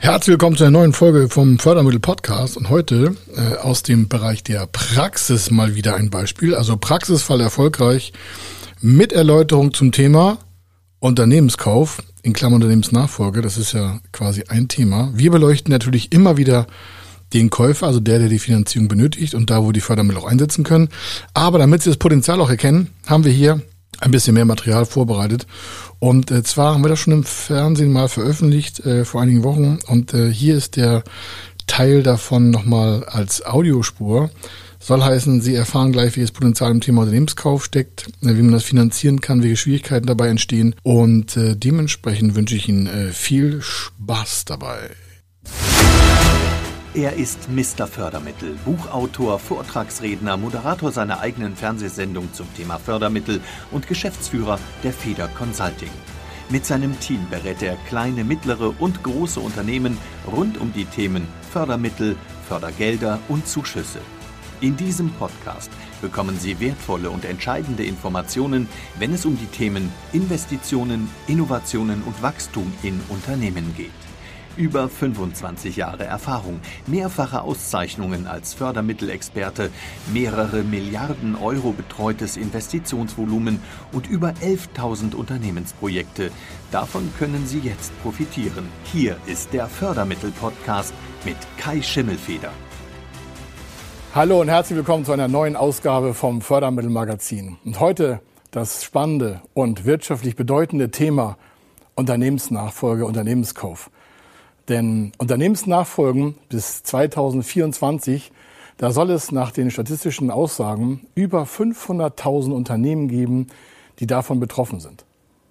Herzlich willkommen zu einer neuen Folge vom Fördermittel-Podcast und heute aus dem Bereich der Praxis mal wieder ein Beispiel. Also Praxisfall erfolgreich mit Erläuterung zum Thema Unternehmenskauf, in Klammern Unternehmensnachfolge, das ist ja quasi ein Thema. Wir beleuchten natürlich immer wieder den Käufer, also der die Finanzierung benötigt und da, wo die Fördermittel auch einsetzen können. Aber damit Sie das Potenzial auch erkennen, haben wir hier ein bisschen mehr Material vorbereitet. Und zwar haben wir das schon im Fernsehen mal veröffentlicht vor einigen Wochen. Und hier ist der Teil davon nochmal als Audiospur. Soll heißen, Sie erfahren gleich, welches Potenzial im Thema Unternehmenskauf steckt, wie man das finanzieren kann, welche Schwierigkeiten dabei entstehen. Und dementsprechend wünsche ich Ihnen viel Spaß dabei. Er ist Mr. Fördermittel, Buchautor, Vortragsredner, Moderator seiner eigenen Fernsehsendung zum Thema Fördermittel und Geschäftsführer der Feder Consulting. Mit seinem Team berät er kleine, mittlere und große Unternehmen rund um die Themen Fördermittel, Fördergelder und Zuschüsse. In diesem Podcast bekommen Sie wertvolle und entscheidende Informationen, wenn es um die Themen Investitionen, Innovationen und Wachstum in Unternehmen geht. Über 25 Jahre Erfahrung, mehrfache Auszeichnungen als Fördermittelexperte, mehrere Milliarden Euro betreutes Investitionsvolumen und über 11.000 Unternehmensprojekte. Davon können Sie jetzt profitieren. Hier ist der Fördermittel-Podcast mit Kai Schimmelfeder. Hallo und herzlich willkommen zu einer neuen Ausgabe vom Fördermittelmagazin. Und heute das spannende und wirtschaftlich bedeutende Thema Unternehmensnachfolge, Unternehmenskauf. Denn Unternehmensnachfolgen bis 2024, da soll es nach den statistischen Aussagen über 500.000 Unternehmen geben, die davon betroffen sind.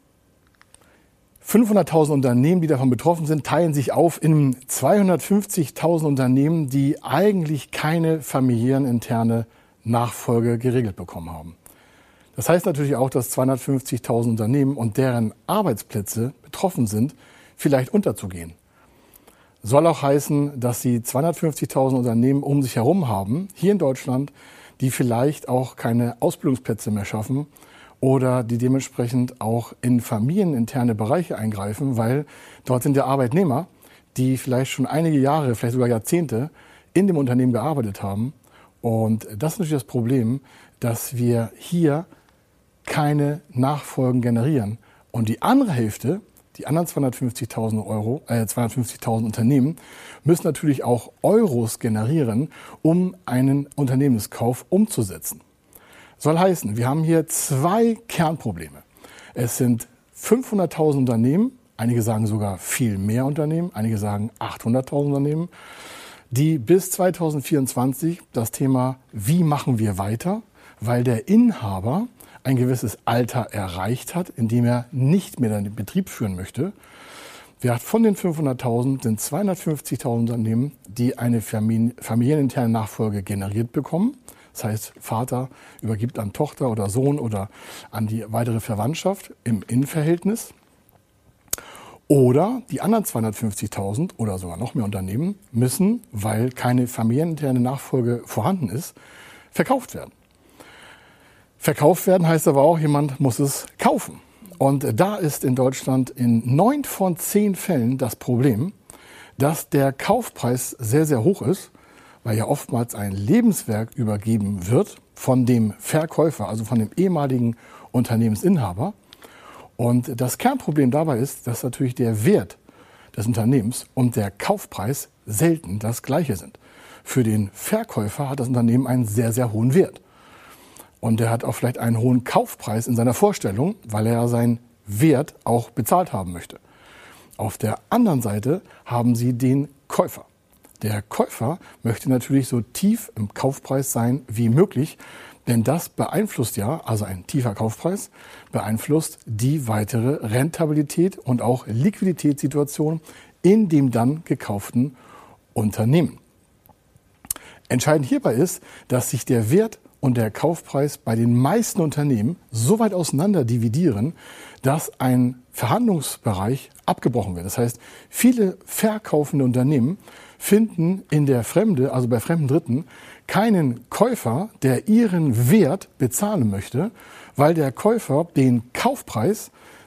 500.000 Unternehmen, die davon betroffen sind, teilen sich auf in 250.000 Unternehmen, die eigentlich keine familiären interne Nachfolge geregelt bekommen haben. Das heißt natürlich auch, dass 250.000 Unternehmen und deren Arbeitsplätze betroffen sind, vielleicht unterzugehen. Soll auch heißen, dass sie 250.000 Unternehmen um sich herum haben, hier in Deutschland, die vielleicht auch keine Ausbildungsplätze mehr schaffen oder die dementsprechend auch in familieninterne Bereiche eingreifen, weil dort sind ja Arbeitnehmer, die vielleicht schon einige Jahre, vielleicht sogar Jahrzehnte in dem Unternehmen gearbeitet haben. Und das ist natürlich das Problem, dass wir hier keine Nachfolgen generieren. Und die andere Hälfte, die anderen 250.000 Unternehmen müssen natürlich auch Euros generieren, um einen Unternehmenskauf umzusetzen. Soll heißen, wir haben hier zwei Kernprobleme. Es sind 500.000 Unternehmen, einige sagen sogar viel mehr Unternehmen, einige sagen 800.000 Unternehmen, die bis 2024 das Thema, wie machen wir weiter, weil der Inhaber ein gewisses Alter erreicht hat, in dem er nicht mehr den Betrieb führen möchte. Von den 500.000 sind 250.000 Unternehmen, die eine familieninterne Nachfolge generiert bekommen. Das heißt, Vater übergibt an Tochter oder Sohn oder an die weitere Verwandtschaft im Innenverhältnis. Oder die anderen 250.000 oder sogar noch mehr Unternehmen müssen, weil keine familieninterne Nachfolge vorhanden ist, verkauft werden. Verkauft werden heißt aber auch, jemand muss es kaufen. Und da ist in Deutschland in 9 von 10 Fällen das Problem, dass der Kaufpreis sehr, sehr hoch ist, weil ja oftmals ein Lebenswerk übergeben wird von dem Verkäufer, also von dem ehemaligen Unternehmensinhaber. Und das Kernproblem dabei ist, dass natürlich der Wert des Unternehmens und der Kaufpreis selten das Gleiche sind. Für den Verkäufer hat das Unternehmen einen sehr, sehr hohen Wert. Und er hat auch vielleicht einen hohen Kaufpreis in seiner Vorstellung, weil er seinen Wert auch bezahlt haben möchte. Auf der anderen Seite haben Sie den Käufer. Der Käufer möchte natürlich so tief im Kaufpreis sein wie möglich, denn das beeinflusst ja, also ein tiefer Kaufpreis, beeinflusst die weitere Rentabilität und auch Liquiditätssituation in dem dann gekauften Unternehmen. Entscheidend hierbei ist, dass sich der Wert und der Kaufpreis bei den meisten Unternehmen so weit auseinander dividieren, dass ein Verhandlungsbereich abgebrochen wird. Das heißt, viele verkaufende Unternehmen finden in der Fremde, also bei fremden Dritten, keinen Käufer, der ihren Wert bezahlen möchte, weil der Käufer den Kaufpreis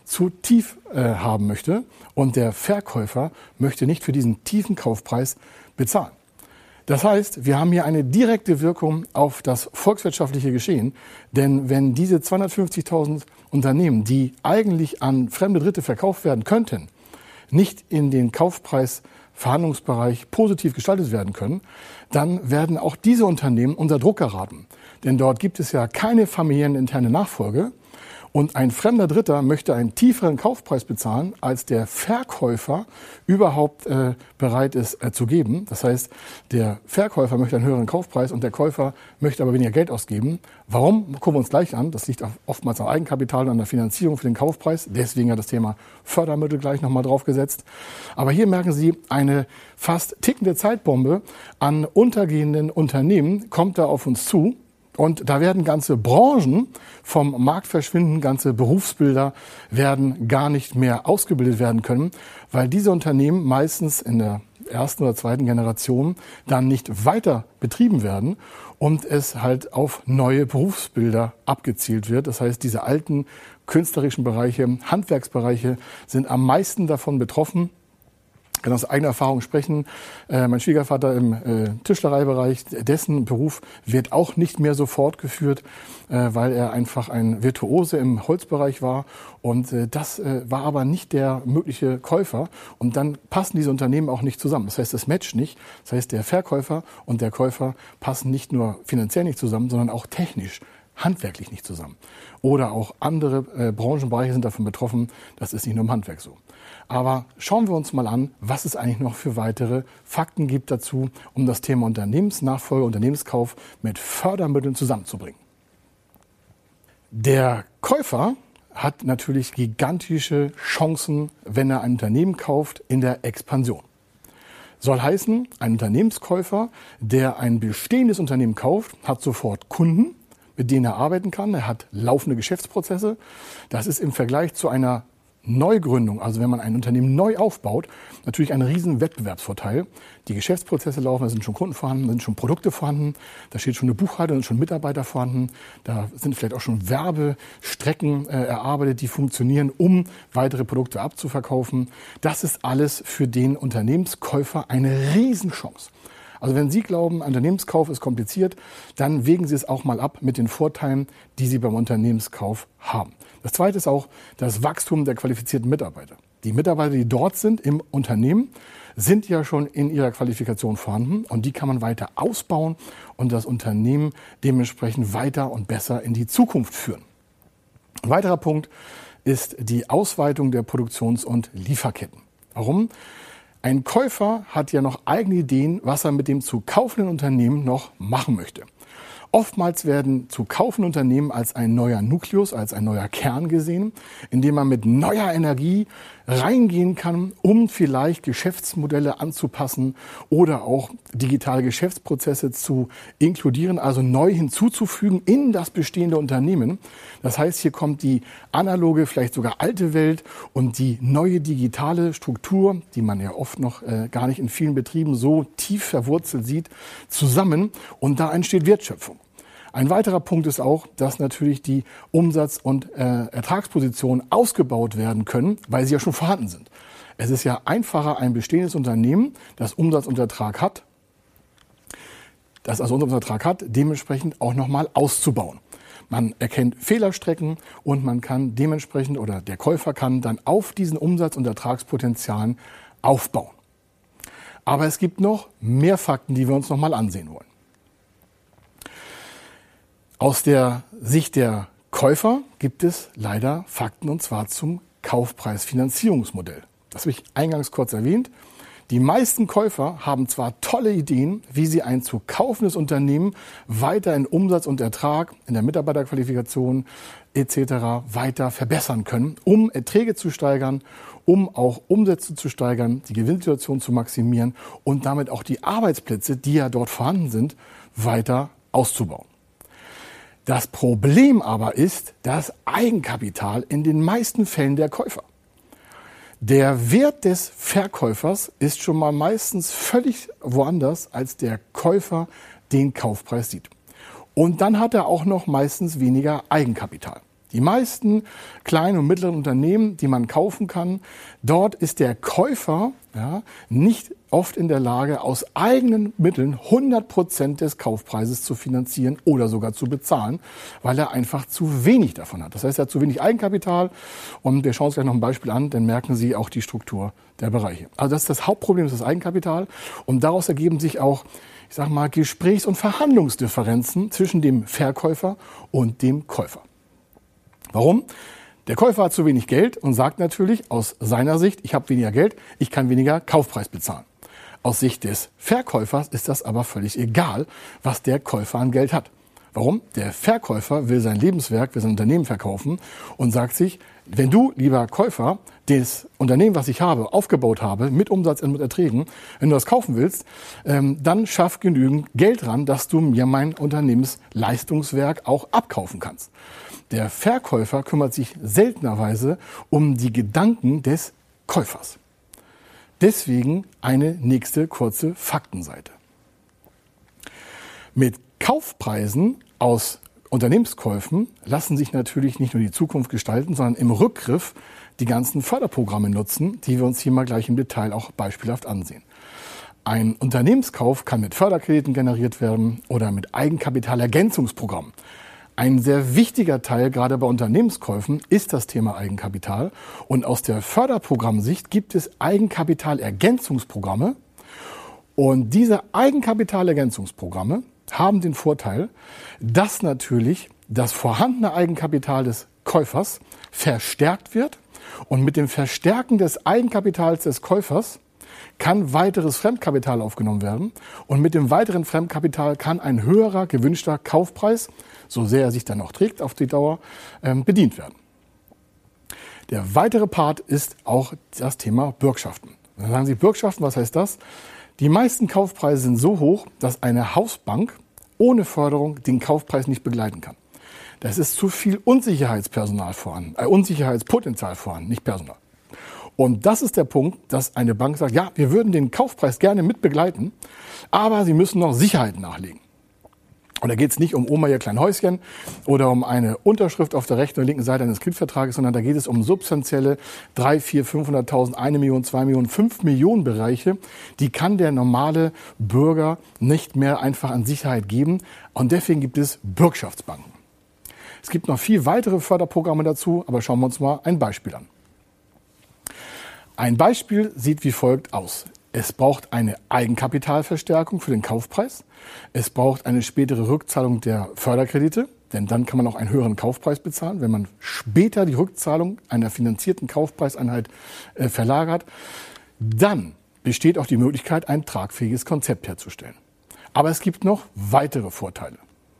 zu tief haben möchte und der Verkäufer möchte nicht für diesen tiefen Kaufpreis bezahlen. Das heißt, wir haben hier eine direkte Wirkung auf das volkswirtschaftliche Geschehen, denn wenn diese 250.000 Unternehmen, die eigentlich an fremde Dritte verkauft werden könnten, nicht in den Kaufpreisverhandlungsbereich positiv gestaltet werden können, dann werden auch diese Unternehmen unter Druck geraten. Denn dort gibt es ja keine familieninterne Nachfolge. Und ein fremder Dritter möchte einen tieferen Kaufpreis bezahlen, als der Verkäufer überhaupt bereit ist zu geben. Das heißt, der Verkäufer möchte einen höheren Kaufpreis und der Käufer möchte aber weniger Geld ausgeben. Warum? Gucken wir uns gleich an. Das liegt oftmals am Eigenkapital und an der Finanzierung für den Kaufpreis. Deswegen ja das Thema Fördermittel gleich nochmal draufgesetzt. Aber hier merken Sie, eine fast tickende Zeitbombe an untergehenden Unternehmen kommt da auf uns zu. Und da werden ganze Branchen vom Markt verschwinden, ganze Berufsbilder werden gar nicht mehr ausgebildet werden können, weil diese Unternehmen meistens in der ersten oder zweiten Generation dann nicht weiter betrieben werden und es halt auf neue Berufsbilder abgezielt wird. Das heißt, diese alten künstlerischen Bereiche, Handwerksbereiche sind am meisten davon betroffen. Ich kann aus eigener Erfahrung sprechen. Mein Schwiegervater im Tischlereibereich, dessen Beruf wird auch nicht mehr so fortgeführt, weil er einfach ein Virtuose im Holzbereich war. Und das war aber nicht der mögliche Käufer. Und dann passen diese Unternehmen auch nicht zusammen. Das heißt, das matcht nicht. Das heißt, der Verkäufer und der Käufer passen nicht nur finanziell nicht zusammen, sondern auch technisch, handwerklich nicht zusammen. Oder auch andere Branchenbereiche sind davon betroffen. Das ist nicht nur im Handwerk so. Aber schauen wir uns mal an, was es eigentlich noch für weitere Fakten gibt dazu, um das Thema Unternehmensnachfolge, Unternehmenskauf mit Fördermitteln zusammenzubringen. Der Käufer hat natürlich gigantische Chancen, wenn er ein Unternehmen kauft in der Expansion. Soll heißen, ein Unternehmenskäufer, der ein bestehendes Unternehmen kauft, hat sofort Kunden, mit denen er arbeiten kann. Er hat laufende Geschäftsprozesse. Das ist im Vergleich zu einer Neugründung, also wenn man ein Unternehmen neu aufbaut, natürlich ein riesen Wettbewerbsvorteil. Die Geschäftsprozesse laufen, da sind schon Kunden vorhanden, da sind schon Produkte vorhanden, da steht schon eine Buchhaltung, da sind schon Mitarbeiter vorhanden, da sind vielleicht auch schon Werbestrecken erarbeitet, die funktionieren, um weitere Produkte abzuverkaufen. Das ist alles für den Unternehmenskäufer eine Riesenchance. Also wenn Sie glauben, Unternehmenskauf ist kompliziert, dann wägen Sie es auch mal ab mit den Vorteilen, die Sie beim Unternehmenskauf haben. Das Zweite ist auch das Wachstum der qualifizierten Mitarbeiter. Die Mitarbeiter, die dort sind im Unternehmen, sind ja schon in ihrer Qualifikation vorhanden und die kann man weiter ausbauen und das Unternehmen dementsprechend weiter und besser in die Zukunft führen. Ein weiterer Punkt ist die Ausweitung der Produktions- und Lieferketten. Warum? Ein Käufer hat ja noch eigene Ideen, was er mit dem zu kaufenden Unternehmen noch machen möchte. Oftmals werden zu kaufende Unternehmen als ein neuer Nukleus, als ein neuer Kern gesehen, in dem man mit neuer Energie reingehen kann, um vielleicht Geschäftsmodelle anzupassen oder auch digitale Geschäftsprozesse zu inkludieren, also neu hinzuzufügen in das bestehende Unternehmen. Das heißt, hier kommt die analoge, vielleicht sogar alte Welt und die neue digitale Struktur, die man ja oft noch gar nicht in vielen Betrieben so tief verwurzelt sieht, zusammen und da entsteht Wertschöpfung. Ein weiterer Punkt ist auch, dass natürlich die Umsatz- und Ertragspositionen ausgebaut werden können, weil sie ja schon vorhanden sind. Es ist ja einfacher, ein bestehendes Unternehmen, das Umsatz und Ertrag hat, dementsprechend auch nochmal auszubauen. Man erkennt Fehlerstrecken und man kann dementsprechend oder der Käufer kann dann auf diesen Umsatz- und Ertragspotenzialen aufbauen. Aber es gibt noch mehr Fakten, die wir uns nochmal ansehen wollen. Aus der Sicht der Käufer gibt es leider Fakten und zwar zum Kaufpreisfinanzierungsmodell. Das habe ich eingangs kurz erwähnt. Die meisten Käufer haben zwar tolle Ideen, wie sie ein zu kaufendes Unternehmen weiter in Umsatz und Ertrag, in der Mitarbeiterqualifikation etc. weiter verbessern können, um Erträge zu steigern, um auch Umsätze zu steigern, die Gewinnsituation zu maximieren und damit auch die Arbeitsplätze, die ja dort vorhanden sind, weiter auszubauen. Das Problem aber ist das Eigenkapital in den meisten Fällen der Käufer. Der Wert des Verkäufers ist schon mal meistens völlig woanders, als der Käufer den Kaufpreis sieht. Und dann hat er auch noch meistens weniger Eigenkapital. Die meisten kleinen und mittleren Unternehmen, die man kaufen kann, dort ist der Käufer nicht oft in der Lage, aus eigenen Mitteln 100% des Kaufpreises zu finanzieren oder sogar zu bezahlen, weil er einfach zu wenig davon hat. Das heißt, er hat zu wenig Eigenkapital. Und wir schauen uns gleich noch ein Beispiel an, dann merken Sie auch die Struktur der Bereiche. Also das ist das Hauptproblem, das Eigenkapital. Und daraus ergeben sich auch, ich sage mal, Gesprächs- und Verhandlungsdifferenzen zwischen dem Verkäufer und dem Käufer. Warum? Der Käufer hat zu wenig Geld und sagt natürlich aus seiner Sicht, ich habe weniger Geld, ich kann weniger Kaufpreis bezahlen. Aus Sicht des Verkäufers ist das aber völlig egal, was der Käufer an Geld hat. Warum? Der Verkäufer will sein Lebenswerk, will sein Unternehmen verkaufen und sagt sich, wenn du, lieber Käufer, das Unternehmen, was ich habe, aufgebaut habe, mit Umsatz und mit Erträgen, wenn du das kaufen willst, dann schaff genügend Geld ran, dass du mir mein Unternehmensleistungswerk auch abkaufen kannst. Der Verkäufer kümmert sich seltenerweise um die Gedanken des Käufers. Deswegen eine nächste kurze Faktenseite. Mit Kaufpreisen aus Unternehmenskäufen lassen sich natürlich nicht nur die Zukunft gestalten, sondern im Rückgriff die ganzen Förderprogramme nutzen, die wir uns hier mal gleich im Detail auch beispielhaft ansehen. Ein Unternehmenskauf kann mit Förderkrediten generiert werden oder mit Eigenkapitalergänzungsprogrammen. Ein sehr wichtiger Teil, gerade bei Unternehmenskäufen, ist das Thema Eigenkapital. Und aus der Förderprogrammsicht gibt es Eigenkapitalergänzungsprogramme. Und diese Eigenkapitalergänzungsprogramme haben den Vorteil, dass natürlich das vorhandene Eigenkapital des Käufers verstärkt wird. Und mit dem Verstärken des Eigenkapitals des Käufers kann weiteres Fremdkapital aufgenommen werden. Und mit dem weiteren Fremdkapital kann ein höherer gewünschter Kaufpreis, so sehr er sich dann noch trägt auf die Dauer, bedient werden. Der weitere Part ist auch das Thema Bürgschaften. Dann sagen Sie, Bürgschaften, was heißt das? Die meisten Kaufpreise sind so hoch, dass eine Hausbank ohne Förderung den Kaufpreis nicht begleiten kann. Das ist zu viel Unsicherheitspotenzial vorhanden, nicht Personal. Und das ist der Punkt, dass eine Bank sagt, ja, wir würden den Kaufpreis gerne mit begleiten, aber Sie müssen noch Sicherheiten nachlegen. Und da geht es nicht um Oma ihr klein Häuschen oder um eine Unterschrift auf der rechten und linken Seite eines Kreditvertrages, sondern da geht es um substanzielle 3, 4, 500.000, 1 Million, 2 Millionen, 5 Millionen Bereiche. Die kann der normale Bürger nicht mehr einfach an Sicherheit geben. Und deswegen gibt es Bürgschaftsbanken. Es gibt noch viel weitere Förderprogramme dazu, aber schauen wir uns mal ein Beispiel an. Ein Beispiel sieht wie folgt aus. Es braucht eine Eigenkapitalverstärkung für den Kaufpreis. Es braucht eine spätere Rückzahlung der Förderkredite, denn dann kann man auch einen höheren Kaufpreis bezahlen, wenn man später die Rückzahlung einer finanzierten Kaufpreiseinheit verlagert. Dann besteht auch die Möglichkeit, ein tragfähiges Konzept herzustellen. Aber es gibt noch weitere Vorteile.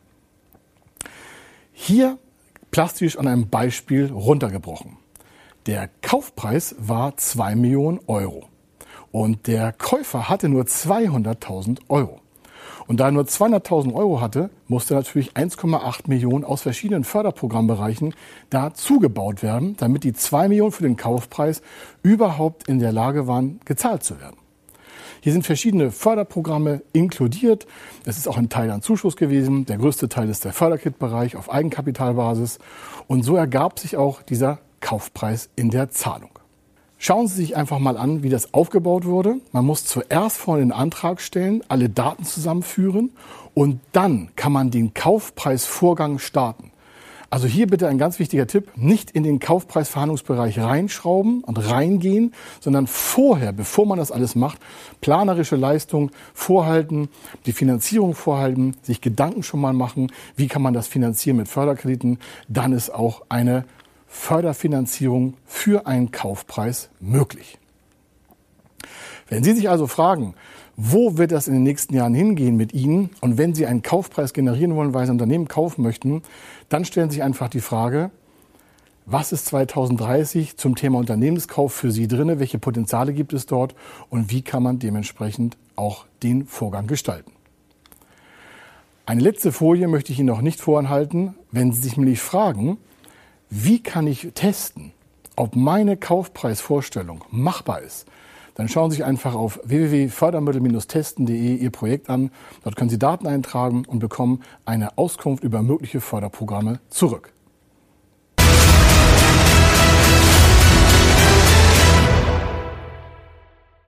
Hier plastisch an einem Beispiel runtergebrochen. Der Kaufpreis war 2 Millionen Euro. Und der Käufer hatte nur 200.000 Euro. Und da er nur 200.000 Euro hatte, musste natürlich 1,8 Millionen aus verschiedenen Förderprogrammbereichen dazugebaut werden, damit die 2 Millionen für den Kaufpreis überhaupt in der Lage waren, gezahlt zu werden. Hier sind verschiedene Förderprogramme inkludiert. Es ist auch ein Teil an Zuschuss gewesen. Der größte Teil ist der Förderkreditbereich auf Eigenkapitalbasis. Und so ergab sich auch dieser Kaufpreis in der Zahlung. Schauen Sie sich einfach mal an, wie das aufgebaut wurde. Man muss zuerst vorne den Antrag stellen, alle Daten zusammenführen und dann kann man den Kaufpreisvorgang starten. Also hier bitte ein ganz wichtiger Tipp, nicht in den Kaufpreisverhandlungsbereich reinschrauben und reingehen, sondern vorher, bevor man das alles macht, planerische Leistung vorhalten, die Finanzierung vorhalten, sich Gedanken schon mal machen, wie kann man das finanzieren mit Förderkrediten, dann ist auch eine Förderfinanzierung für einen Kaufpreis möglich. Wenn Sie sich also fragen, wo wird das in den nächsten Jahren hingehen mit Ihnen und wenn Sie einen Kaufpreis generieren wollen, weil Sie ein Unternehmen kaufen möchten, dann stellen Sie sich einfach die Frage, was ist 2030 zum Thema Unternehmenskauf für Sie drin, welche Potenziale gibt es dort und wie kann man dementsprechend auch den Vorgang gestalten. Eine letzte Folie möchte ich Ihnen noch nicht vorenthalten, wenn Sie sich nämlich fragen, wie kann ich testen, ob meine Kaufpreisvorstellung machbar ist? Dann schauen Sie sich einfach auf www.fördermittel-testen.de Ihr Projekt an. Dort können Sie Daten eintragen und bekommen eine Auskunft über mögliche Förderprogramme zurück.